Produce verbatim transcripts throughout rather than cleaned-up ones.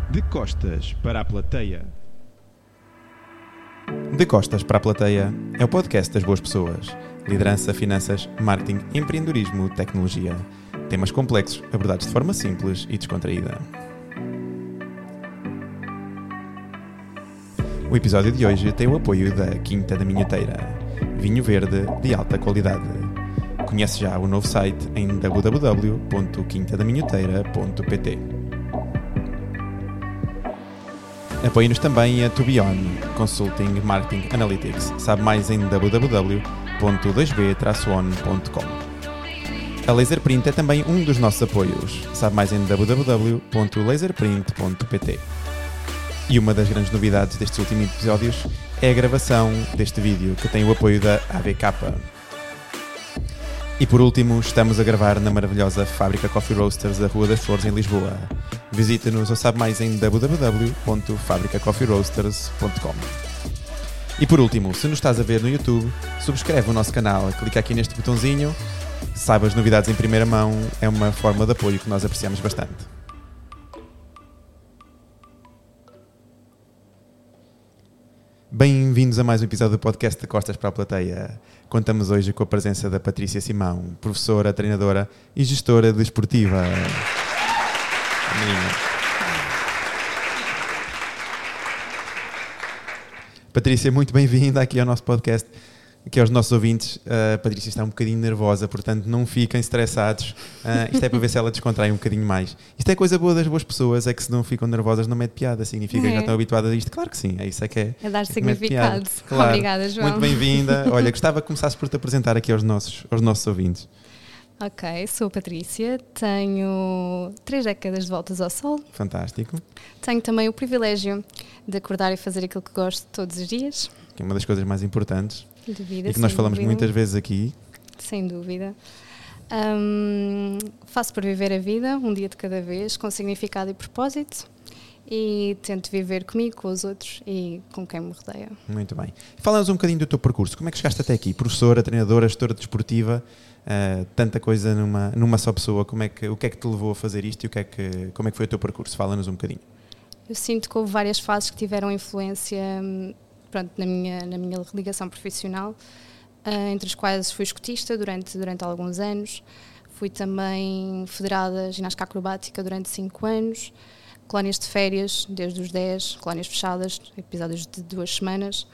De costas para a plateia. De costas para a plateia é o podcast das boas pessoas. Liderança, finanças, marketing, empreendedorismo, tecnologia. Temas complexos abordados de forma simples e descontraída. O episódio de hoje tem o apoio da Quinta da Minhoteira. Vinho verde de alta qualidade. Conhece já o novo site em w w w ponto quinta da minhoteira ponto p t. Apoie-nos também a To Be On, Consulting Marketing Analytics. Sabe mais em w w w ponto dois b traço on ponto com. A Laserprint é também um dos nossos apoios. Sabe mais em w w w ponto laserprint ponto p t. E uma das grandes novidades destes últimos episódios é a gravação deste vídeo, que tem o apoio da A B K. E por último, estamos a gravar na maravilhosa Fábrica Coffee Roasters da Rua das Flores, em Lisboa. Visita-nos ou sabe mais em w w w ponto fabrica coffee roasters ponto com. E por último, se nos estás a ver no YouTube, subscreve o nosso canal, clica aqui neste botãozinho, saiba as novidades em primeira mão, é uma forma de apoio que nós apreciamos bastante. Bem-vindos a mais um episódio do podcast de Costas para a Plateia. Contamos hoje com a presença da Patrícia Simão, professora, treinadora e gestora desportiva. Patrícia, muito bem-vinda aqui ao nosso podcast, aqui aos nossos ouvintes. A Patrícia está um bocadinho nervosa, portanto não fiquem estressados. Uh, isto é para ver se ela descontrai um bocadinho mais. Isto é coisa boa das boas pessoas, é que se não ficam nervosas não mete piada, significa é. que já estão habituadas a isto. Claro que sim, é isso é que é. É dar é significado. Claro. Obrigada, João. Muito bem-vinda. Olha, gostava que começasses por te apresentar aqui aos nossos, aos nossos ouvintes. Ok, sou a Patrícia, tenho três décadas de voltas ao sol. Fantástico. Tenho também o privilégio de acordar e fazer aquilo que gosto todos os dias. Que é uma das coisas mais importantes. De vida, e que nós falamos dúvida. muitas vezes aqui. Sem dúvida. Um, faço por viver a vida, um dia de cada vez, com significado e propósito. E tento viver comigo, com os outros e com quem me rodeia. Muito bem. Fala-nos um bocadinho do teu percurso. Como é que chegaste até aqui? Professora, treinadora, gestora desportiva, uh, tanta coisa numa, numa só pessoa. Como é que, o que é que te levou a fazer isto e o que é que, como é que foi o teu percurso? Fala-nos um bocadinho. Eu sinto que houve várias fases que tiveram influência pronto, na, minha, na minha ligação profissional, uh, entre as quais fui escotista durante, durante alguns anos, fui também federada ginástica acrobática durante cinco anos, colónias de férias desde os dez, colónias fechadas, episódios de duas semanas.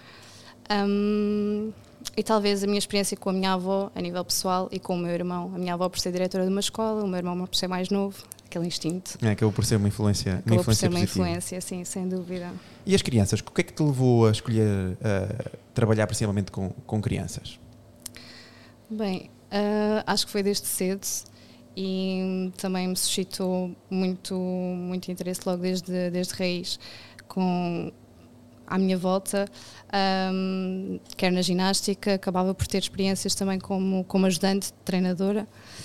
Um, e talvez a minha experiência com a minha avó, a nível pessoal, e com o meu irmão. A minha avó por ser diretora de uma escola, o meu irmão por ser mais novo, aquele instinto. É, acabou por ser uma influência, uma acabou influência por ser positiva. uma influência, sim, sem dúvida. E as crianças, o que é que te levou a escolher uh, trabalhar principalmente com, com crianças? Bem, uh, acho que foi desde cedo. E também me suscitou muito, muito interesse logo desde, desde raiz com à minha volta, um, quer na ginástica, acabava por ter experiências também como, como ajudante, treinadora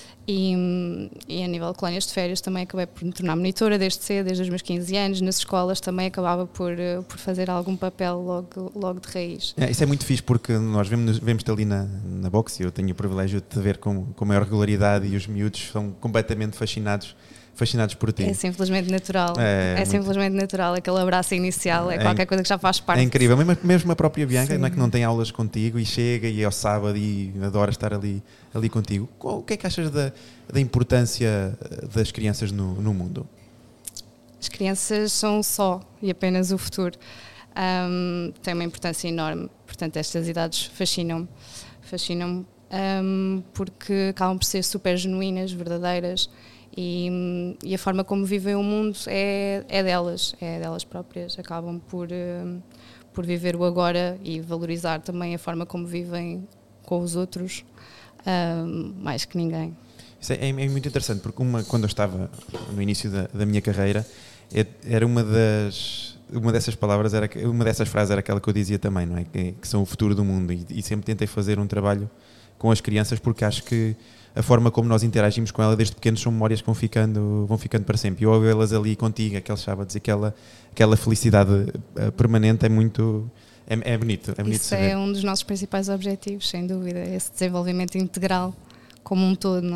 e, e a nível de colónias de férias também acabei por me tornar monitora desde cedo, desde os meus quinze anos, nas escolas também acabava por, por fazer algum papel logo, logo de raiz. É, isso é muito fixe porque nós vemos, vemos-te ali na, na boxe e eu tenho o privilégio de te ver com, com maior regularidade e os miúdos são completamente fascinados fascinados por ti. É simplesmente natural, é, é muito... simplesmente natural, aquele abraço inicial, é, é qualquer coisa que já faz parte. É incrível, mesmo, mesmo a própria Bianca, não é, que não tem aulas contigo e chega e é ao sábado e adora estar ali, ali contigo. O que é que achas da, da importância das crianças no, no mundo? As crianças são só e apenas o futuro. Um, têm uma importância enorme, portanto estas idades fascinam-me, fascinam-me um, porque acabam por ser super genuínas, verdadeiras. E, e a forma como vivem o mundo é, é delas, é delas próprias. Acabam por, uh, por viver o agora e valorizar também a forma como vivem com os outros, uh, mais que ninguém. Isso é, é muito interessante, porque uma, quando eu estava no início da, da minha carreira, era uma das... Uma dessas palavras, era, uma dessas frases era aquela que eu dizia também, não é? Que, que são o futuro do mundo. E, e sempre tentei fazer um trabalho com as crianças porque acho que a forma como nós interagimos com ela desde pequenos são memórias que vão ficando, vão ficando para sempre. E eu vê-las ali contigo, aqueles sábados, aquela, aquela felicidade permanente é muito... É, é bonito, é bonito. Isso é um dos nossos principais objetivos, sem dúvida, esse desenvolvimento integral como um todo, não é?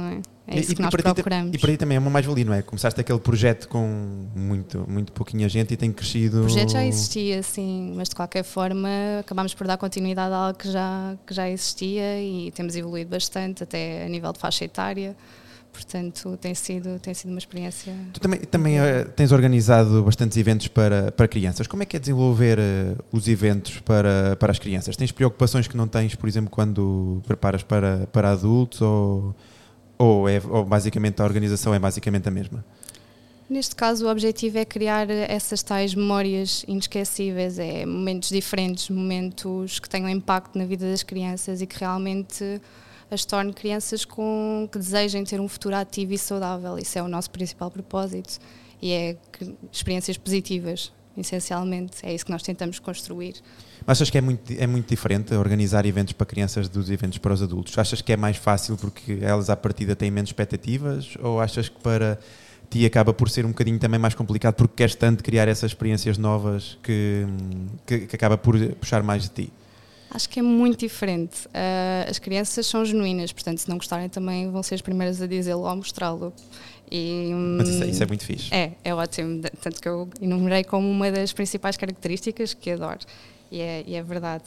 É isso e, que nós e procuramos. Ti, e para ti também é uma mais-valia, não é? Começaste aquele projeto com muito, muito pouquinha gente e tem crescido... O projeto já existia, sim, mas de qualquer forma acabámos por dar continuidade a algo que já, que já existia e temos evoluído bastante, até a nível de faixa etária. Portanto, tem sido, tem sido uma experiência... Tu também, também uh, tens organizado bastantes eventos para, para crianças. Como é que é desenvolver uh, os eventos para, para as crianças? Tens preocupações que não tens, por exemplo, quando preparas para, para adultos ou, ou, é, ou basicamente a organização é basicamente a mesma? Neste caso, o objetivo é criar essas tais memórias inesquecíveis, é momentos diferentes, momentos que tenham impacto na vida das crianças e que realmente as torne crianças com, que desejem ter um futuro ativo e saudável. Isso é o nosso principal propósito e é que, experiências positivas, essencialmente. É isso que nós tentamos construir. Mas achas que é muito, é muito diferente organizar eventos para crianças dos eventos para os adultos? Achas que é mais fácil porque elas à partida têm menos expectativas ou achas que para ti acaba por ser um bocadinho também mais complicado porque queres tanto criar essas experiências novas que, que, que acaba por puxar mais de ti? Acho que é muito diferente. Uh, as crianças são genuínas, portanto, se não gostarem também vão ser as primeiras a dizê-lo ou a mostrá-lo. E, Mas isso é, isso é muito fixe. É, é ótimo. Tanto que eu enumerei como uma das principais características que adoro. E é, e é verdade.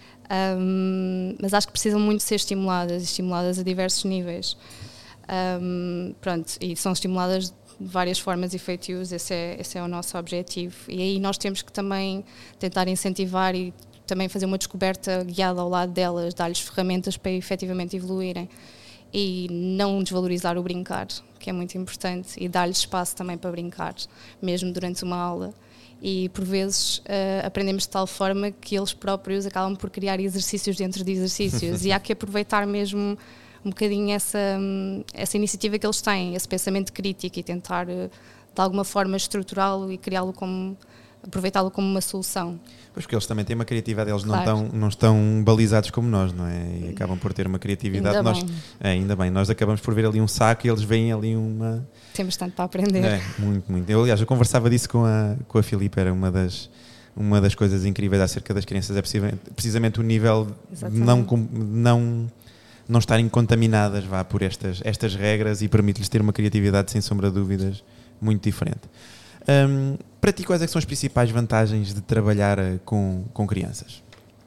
Um, mas acho que precisam muito ser estimuladas, estimuladas a diversos níveis. Um, pronto, e são estimuladas de várias formas e feitios, esse é, esse é o nosso objetivo. E aí nós temos que também tentar incentivar e também fazer uma descoberta guiada ao lado delas, dar-lhes ferramentas para efetivamente evoluírem e não desvalorizar o brincar, que é muito importante, e dar-lhes espaço também para brincar, mesmo durante uma aula. E por vezes uh, aprendemos de tal forma que eles próprios acabam por criar exercícios dentro de exercícios e há que aproveitar mesmo um bocadinho essa, essa iniciativa que eles têm, esse pensamento crítico e tentar de alguma forma estruturá-lo e criá-lo como, aproveitá-lo como uma solução. Pois porque eles também têm uma criatividade, eles Claro. não, estão, não estão balizados como nós, não é? E acabam por ter uma criatividade. Ainda nós, bem. É, ainda bem, nós acabamos por ver ali um saco e eles veem ali uma... Temos tanto para aprender. É, muito, muito. Eu, aliás, eu conversava disso com a, com a Filipe, era uma das, uma das coisas incríveis acerca das crianças, é precisamente, precisamente o nível de não, não, não estarem contaminadas vá, por estas, estas regras e permite-lhes ter uma criatividade, sem sombra de dúvidas, muito diferente. Um, para ti, quais é que são as principais vantagens de trabalhar com, com crianças?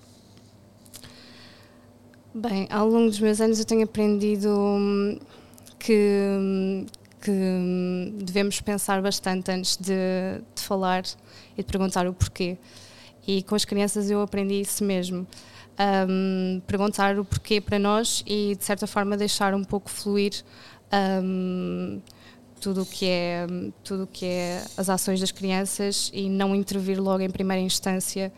Bem, ao longo dos meus anos eu tenho aprendido que, que devemos pensar bastante antes de, de falar e de perguntar o porquê. E com as crianças eu aprendi isso mesmo. Um, perguntar o porquê para nós e, de certa forma, deixar um pouco fluir um, tudo o que é, tudo o que é as ações das crianças e não intervir logo em primeira instância.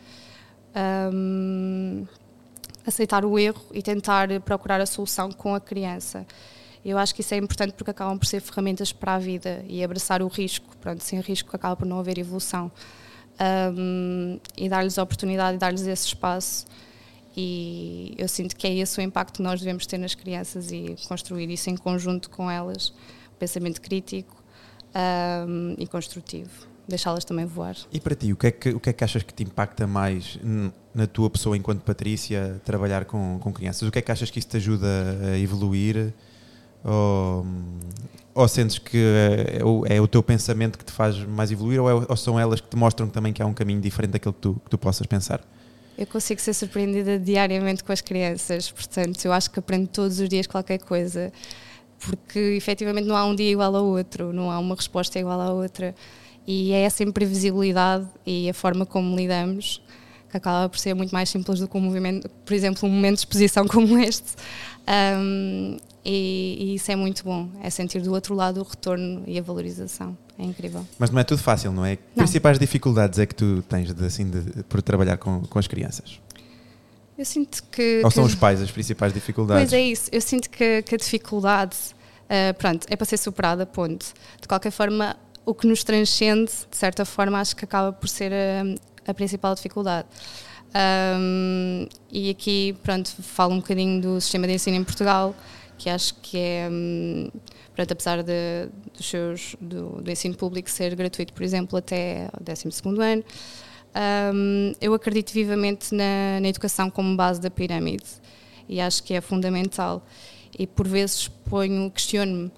Um, aceitar o erro e tentar procurar a solução com a criança. Eu acho que isso é importante porque acabam por ser ferramentas para a vida e abraçar o risco. Pronto, sem risco acaba por não haver evolução. Um, e dar-lhes a oportunidade e dar-lhes esse espaço. E eu sinto que é esse o impacto que nós devemos ter nas crianças e construir isso em conjunto com elas. Pensamento crítico um, e construtivo. Deixá-las também voar. E para ti, o que é que, o que é que achas que te impacta mais na tua pessoa enquanto Patrícia trabalhar com, com crianças? O que é que achas que isso te ajuda a evoluir? Ou, ou sentes que é o, é o teu pensamento que te faz mais evoluir ou, é, ou são elas que te mostram também que há um caminho diferente daquele que tu, que tu possas pensar? Eu consigo ser surpreendida diariamente com as crianças, portanto eu acho que aprendo todos os dias qualquer coisa, porque efetivamente não há um dia igual ao outro, não há uma resposta igual à outra. E é essa imprevisibilidade e a forma como lidamos que acaba por ser muito mais simples do que um movimento, por exemplo, um momento de exposição como este. Um, e, e isso é muito bom, é sentir do outro lado o retorno e a valorização. É incrível. Mas não é tudo fácil, não é? Que não. principais dificuldades é que tu tens de, assim, de, por trabalhar com, com as crianças? Eu sinto que... Ou são que... os pais as principais dificuldades? Pois é isso, eu sinto que, que a dificuldade uh, pronto, é para ser superada, ponto. De qualquer forma, o que nos transcende, de certa forma, acho que acaba por ser a, a principal dificuldade. Um, e aqui, pronto, falo um bocadinho do sistema de ensino em Portugal, que acho que é, um, pronto, apesar de, dos seus, do, do ensino público ser gratuito, por exemplo, até ao décimo segundo ano, um, eu acredito vivamente na, na educação como base da pirâmide e acho que é fundamental. e por vezes ponho, questiono-me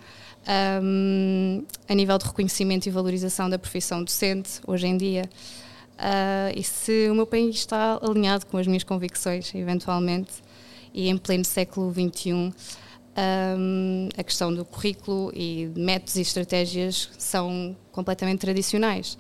um, a nível de reconhecimento e valorização da profissão docente hoje em dia, uh, e se o meu país está alinhado com as minhas convicções, eventualmente, e em pleno século vinte e um, um, a questão do currículo e de métodos e estratégias são completamente tradicionais.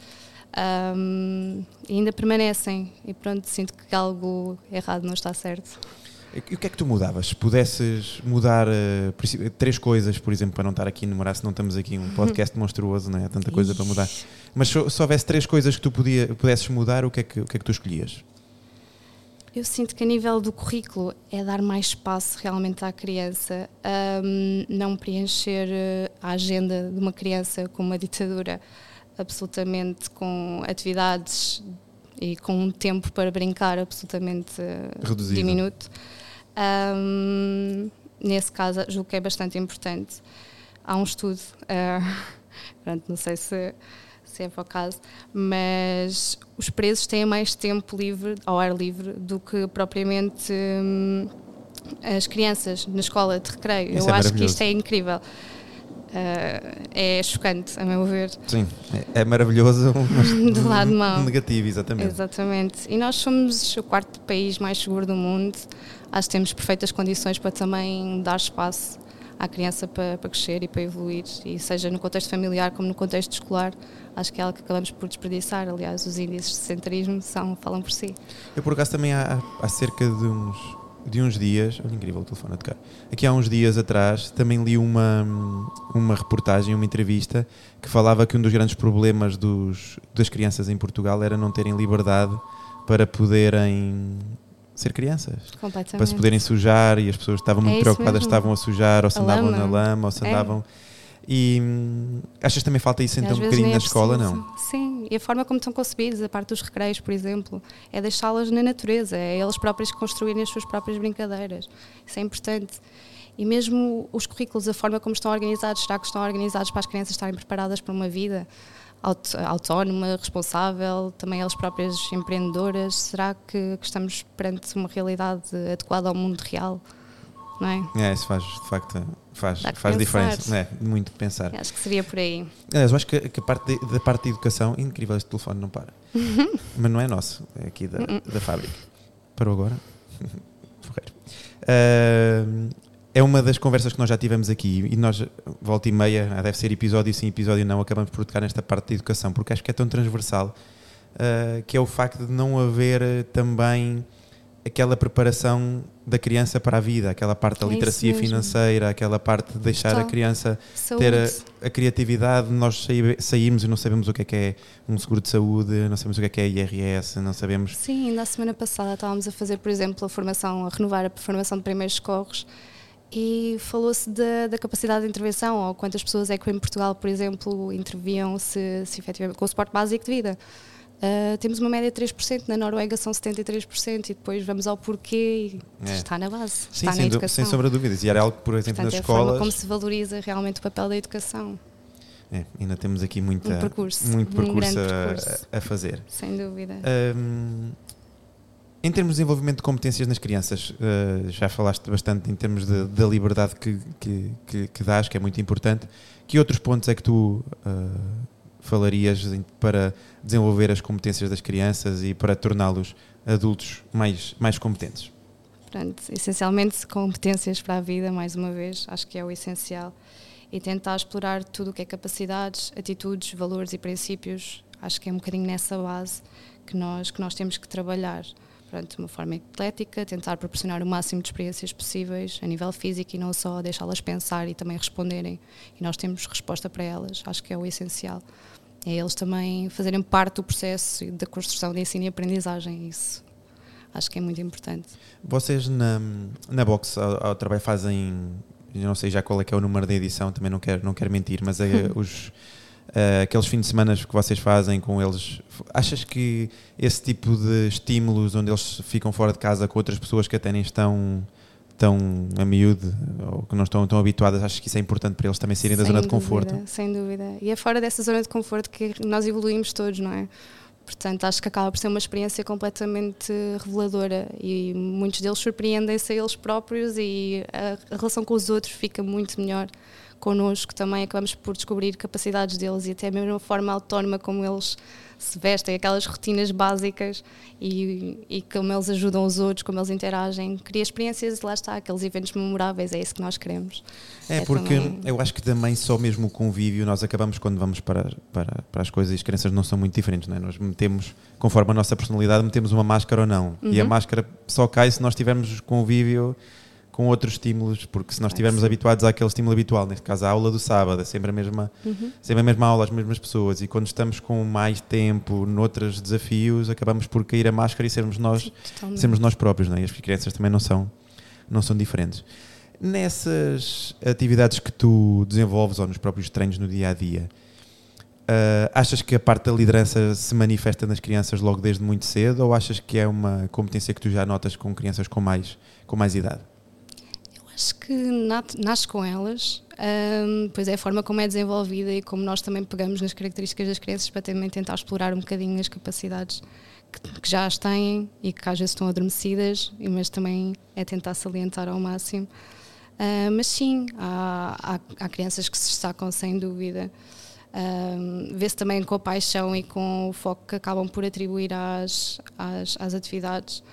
Um, e ainda permanecem, e pronto, sinto que algo errado não está certo. E o que é que tu mudavas? Se pudesses mudar uh, três coisas, por exemplo, para não estar aqui a enumerar, se não estamos aqui um podcast monstruoso, não é? Há tanta coisa para mudar. Mas se, se houvesse três coisas que tu podia, pudesses mudar, o que, é que, o que é que tu escolhias? Eu sinto que a nível do currículo é dar mais espaço realmente à criança, um, não preencher a agenda de uma criança com uma ditadura absolutamente, com atividades e com um tempo para brincar absolutamente reduzido, diminuto. Um, nesse caso, julgo que é bastante importante. Há um estudo, uh, pronto, não sei se, se é para o caso, mas os presos têm mais tempo livre, ao ar livre, do que propriamente um, as crianças na escola de recreio. Isso Eu é acho que isto é incrível. Uh, é chocante, a meu ver. Sim, é, é maravilhoso, mas do lado mau. Negativo, exatamente. Exatamente. E nós somos o quarto país mais seguro do mundo. Acho que temos perfeitas condições para também dar espaço à criança para, para crescer e para evoluir, e seja no contexto familiar como no contexto escolar. Acho que é algo que acabamos por desperdiçar. Aliás, os índices de sedentarismo são, falam por si. Eu, por acaso, também há, há cerca de uns... de uns dias, olha, incrível o telefone a tocar, aqui há uns dias atrás também li uma, uma reportagem, uma entrevista que falava que um dos grandes problemas dos, das crianças em Portugal era não terem liberdade para poderem ser crianças, para se poderem sujar, e as pessoas estavam muito é preocupadas, mesmo. Estavam a sujar, ou se a andavam lama. na lama, ou se andavam... É. E hum, achas que também falta isso então um bocadinho na escola, não? Sim, e a forma como estão concebidos, a parte dos recreios, por exemplo, é deixá-las na natureza, é eles próprios construírem as suas próprias brincadeiras. Isso é importante. E mesmo os currículos, a forma como estão organizados, será que estão organizados para as crianças estarem preparadas para uma vida aut- autónoma, responsável, também elas próprias empreendedoras? Será que, que estamos perante uma realidade adequada ao mundo real? Não é? É, isso faz, de facto, faz, faz diferença. É, muito pensar. Eu acho que seria por aí. É, eu acho que, que a parte de, da parte da educação, incrível, este telefone não para. Mas não é nosso, é aqui da, da fábrica. Parou agora? uh, é uma das conversas que nós já tivemos aqui, e nós, volta e meia, deve ser episódio sim, episódio não, acabamos por tocar nesta parte da educação, porque acho que é tão transversal, uh, que é o facto de não haver uh, também aquela preparação da criança para a vida, aquela parte da é literacia financeira, aquela parte de deixar Total. a criança saúde. ter a, a criatividade. Nós saímos e não sabemos o que é que é um seguro de saúde, não sabemos o que é que é I R S, não sabemos... Sim, ainda a semana passada estávamos a fazer, por exemplo, a formação, a renovar a formação de primeiros socorros, e falou-se da, da capacidade de intervenção, ou quantas pessoas é que em Portugal, por exemplo, interviam se, se efetivamente com o suporte básico de vida. Uh, temos uma média de três por cento, na Noruega são setenta e três por cento, e depois vamos ao porquê, e é. está na base, Sim, está sem na educação. Sem sombra de dúvidas, e era algo que, por exemplo, Portanto, nas é escolas... a forma como se valoriza realmente o papel da educação. É, ainda temos aqui muita, um percurso, muito percurso, um a, percurso a fazer. Sem dúvida. Um, em termos de desenvolvimento de competências nas crianças, uh, já falaste bastante em termos de, da liberdade que, que, que, que dás, que é muito importante. Que outros pontos é que tu... Uh, falarias para desenvolver as competências das crianças e para torná-los adultos mais, mais competentes? Pronto, essencialmente competências para a vida, mais uma vez, acho que é o essencial. E tentar explorar tudo o que é capacidades, atitudes, valores e princípios. Acho que é um bocadinho nessa base que nós, que nós temos que trabalhar. Pronto, de uma forma eclética, tentar proporcionar o máximo de experiências possíveis a nível físico e não só deixá-las pensar e também responderem. E nós temos resposta para elas, acho que é o essencial. É eles também fazerem parte do processo da construção de ensino e aprendizagem, isso acho que é muito importante. Vocês na, na Box ao, ao trabalho fazem, eu não sei já qual é que é o número da edição, também não quero, não quero mentir, mas é, os, uh, aqueles fins de semana que vocês fazem com eles, achas que esse tipo de estímulos onde eles ficam fora de casa com outras pessoas que até nem estão tão a miúdo ou que não estão tão habituadas, acho que isso é importante para eles também saírem da zona de conforto? Sem dúvida, e é fora dessa zona de conforto que nós evoluímos todos, não é? Portanto, acho que acaba por ser uma experiência completamente reveladora e muitos deles surpreendem-se a eles próprios e a, a relação com os outros fica muito melhor. Connosco também acabamos por descobrir capacidades deles e até mesmo a forma autónoma como eles se vestem, aquelas rotinas básicas e, e como eles ajudam os outros, como eles interagem. Cria experiências, lá está, aqueles eventos memoráveis, é isso que nós queremos. É, é porque também... eu acho que também só mesmo o convívio, nós acabamos quando vamos para, para, para as coisas e as crianças não são muito diferentes, não é? Nós metemos, conforme a nossa personalidade, metemos uma máscara ou não. Uhum. E a máscara só cai se nós tivermos convívio com outros estímulos, porque se nós estivermos habituados àquele estímulo habitual, neste caso a aula do sábado, é sempre a mesma, uhum. sempre a mesma aula, as mesmas pessoas, e quando estamos com mais tempo noutros desafios, acabamos por cair a máscara e sermos nós, Sim, sermos nós próprios, não é? E as crianças também não são, não são diferentes. Nessas atividades que tu desenvolves ou nos próprios treinos no dia-a-dia, uh, achas que a parte da liderança se manifesta nas crianças logo desde muito cedo, ou achas que é uma competência que tu já notas com crianças com mais, com mais idade? Acho que nasce com elas, um, pois é a forma como é desenvolvida e como nós também pegamos nas características das crianças para também tentar explorar um bocadinho as capacidades que, que já as têm e que às vezes estão adormecidas, mas também é tentar salientar ao máximo. Uh, mas sim, há, há, há crianças que se destacam sem dúvida. Um, vê-se também com a paixão e com o foco que acabam por atribuir às, às, às atividades.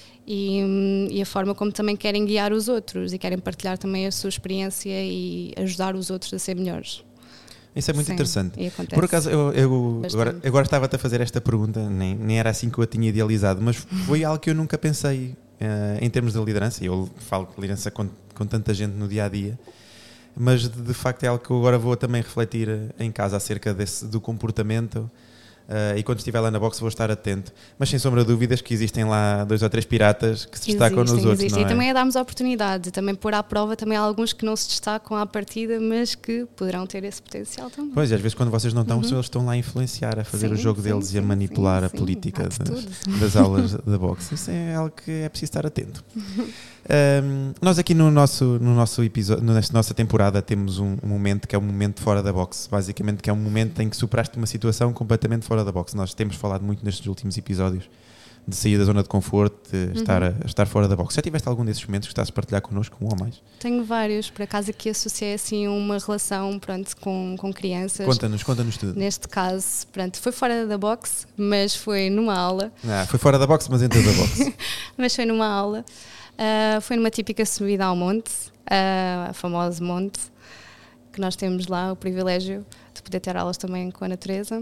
E, e a forma como também querem guiar os outros e querem partilhar também a sua experiência e ajudar os outros a ser melhores. Isso é muito Sim, interessante. Por acaso, eu, eu agora, agora estava-te a fazer esta pergunta, nem, nem era assim que eu a tinha idealizado, mas foi algo que eu nunca pensei uh, em termos de liderança. Eu falo de liderança com, com tanta gente no dia-a-dia, mas de, de facto é algo que eu agora vou também refletir em casa acerca desse, do comportamento. Uh, e quando estiver lá na box vou estar atento, mas sem sombra de dúvidas que existem lá dois ou três piratas que se destacam existem, nos outros, existem. Não é? E também é darmos oportunidades e também pôr à prova também há alguns que não se destacam à partida, mas que poderão ter esse potencial também. Pois, e às vezes quando vocês não estão, uhum. eles estão lá a influenciar, a fazer sim, o jogo sim, deles sim, e a manipular sim, a política sim. Das, das aulas da box. Isso é algo que é preciso estar atento. Um, nós aqui no nosso, no nosso episódio, nesta nossa temporada, temos um, um momento que é um momento fora da box, basicamente, que é um momento em que superaste uma situação completamente fora da box. Nós temos falado muito nestes últimos episódios de sair da zona de conforto, de uhum. estar, a, estar fora da box. Já tiveste algum desses momentos que estás a partilhar connosco, um ou mais? Tenho vários, por acaso aqui associei assim uma relação, pronto, com, com crianças. Conta-nos, conta-nos tudo. Neste caso, pronto, foi fora da box, mas foi numa aula. Ah, foi fora da box, mas dentro da box. Mas foi numa aula. Uh, foi numa típica subida ao monte, uh, a famosa monte, que nós temos lá o privilégio de poder ter aulas também com a natureza.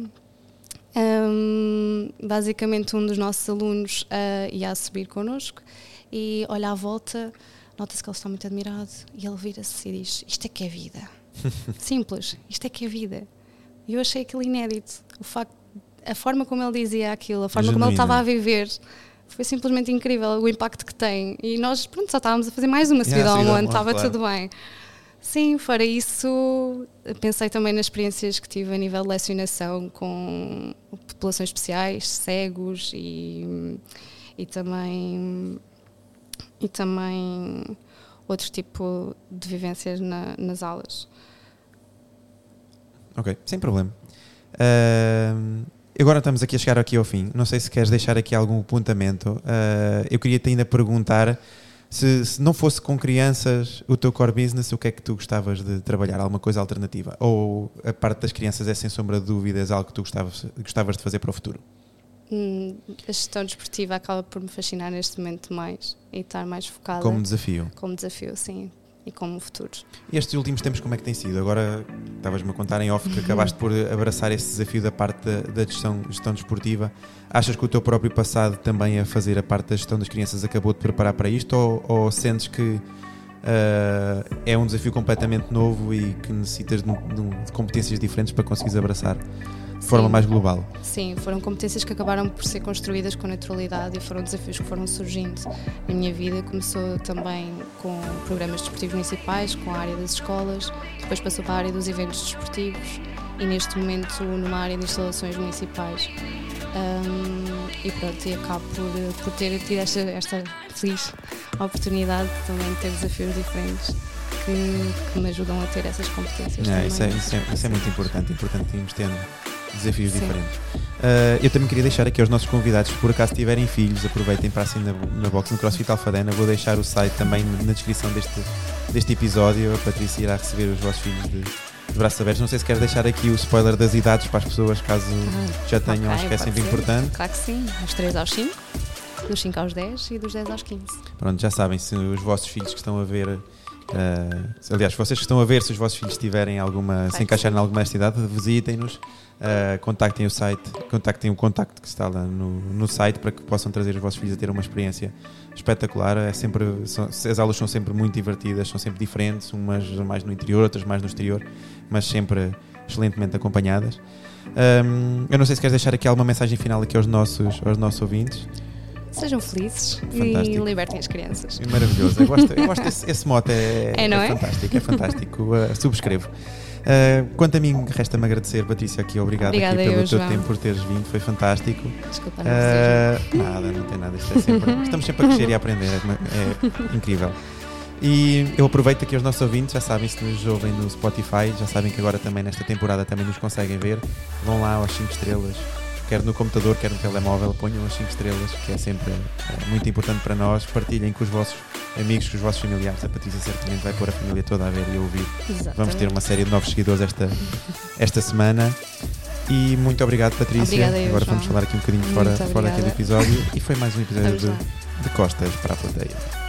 Um, basicamente um dos nossos alunos uh, ia a subir connosco e olha à volta, nota-se que ele está muito admirado e ele vira-se e diz: isto é que é vida. Simples, isto é que é vida. E eu achei aquilo inédito, o facto, a forma como ele dizia aquilo, a forma como ele estava a viver. Foi simplesmente incrível o impacto que tem. E nós, pronto, só estávamos a fazer mais uma subida yeah, ao monte, estava claro. Tudo bem. Sim, fora isso, pensei também nas experiências que tive a nível de lecionação com populações especiais, cegos e, e também e também outro tipo de vivências na, nas aulas. Ok, sem problema. Uh... Agora estamos aqui a chegar aqui ao fim. Não sei se queres deixar aqui algum apontamento. Uh, eu queria-te ainda perguntar se, se não fosse com crianças o teu core business, o que é que tu gostavas de trabalhar? Alguma coisa alternativa? Ou a parte das crianças é sem sombra de dúvidas algo que tu gostavas, gostavas de fazer para o futuro? Hum, a gestão desportiva acaba por me fascinar neste momento mais e estar mais focada. Como desafio? Como desafio, sim. E como futuro. E estes últimos tempos como é que tem sido? Agora estavas-me a contar em off que acabaste por abraçar esse desafio da parte da, da gestão, gestão desportiva. Achas que o teu próprio passado também a fazer a parte da gestão das crianças acabou de preparar para isto ou, ou sentes que uh, é um desafio completamente novo e que necessitas de, de, de competências diferentes para conseguires abraçar de forma Sim. mais global? Sim, foram competências que acabaram por ser construídas com naturalidade e foram desafios que foram surgindo na minha vida. Começou também com programas desportivos municipais, com a área das escolas, depois passou para a área dos eventos desportivos e neste momento numa área de instalações municipais. Um, e pronto, e acabo por, por ter tido esta, esta feliz oportunidade também de ter desafios diferentes que, que me ajudam a ter essas competências. É, isso, é, isso, é, isso é muito importante, importante irmos tendo desafios Sim. diferentes. Uh, eu também queria deixar aqui aos nossos convidados, se por acaso tiverem filhos, aproveitem para assim na, na box no CrossFit Alfadena. Vou deixar o site também na descrição deste, deste episódio. A Patrícia irá receber os vossos filhos de, de braços abertos. Não sei se quer deixar aqui o spoiler das idades para as pessoas, caso Ah, já tenham, ok, acho que é pode sempre ser. importante. Claro que sim, dos três aos cinco, dos cinco aos dez e dos dez aos quinze. Pronto, já sabem, se os vossos filhos que estão a ver, uh, aliás, vocês que estão a ver, se os vossos filhos tiverem alguma, se que encaixarem sim. em alguma desta idade, visitem-nos, uh, contactem o site, contactem o contacto que está lá no, no site para que possam trazer os vossos filhos a ter uma experiência espetacular. É sempre, são, as aulas são sempre muito divertidas, são sempre diferentes, umas mais no interior, outras mais no exterior, mas sempre excelentemente acompanhadas. Um, eu não sei se queres deixar aqui alguma mensagem final aqui aos nossos, aos nossos ouvintes. Sejam felizes Fantástico. e libertem as crianças. É maravilhoso, eu gosto, eu gosto desse, esse mote, é, É, não é? fantástico, é fantástico, uh, subscrevo. Uh, quanto a mim, resta-me agradecer, Patrícia, aqui, obrigado Obrigada aqui pelo eu, teu João. tempo, por teres vindo, foi fantástico. Desculpa, não desejo. Uh, nada, não tem nada, isto é sempre, estamos sempre a crescer e a aprender, é, é incrível. E eu aproveito aqui aos nossos ouvintes, já sabem, se nos ouvem no Spotify, já sabem que agora também nesta temporada também nos conseguem ver, vão lá às cinco estrelas, quer no computador, quer no telemóvel, ponham as cinco estrelas, que é sempre é, muito importante para nós. Partilhem com os vossos amigos, com os vossos familiares. A Patrícia certamente vai pôr a família toda a ver e a ouvir. Exatamente. Vamos ter uma série de novos seguidores esta, esta semana. E muito obrigado, Patrícia. Obrigada eu, Agora João. vamos falar aqui um bocadinho Muito fora, fora aqui do obrigada. episódio. E foi mais um episódio Vamos de, lá. de Costas para a Plateia.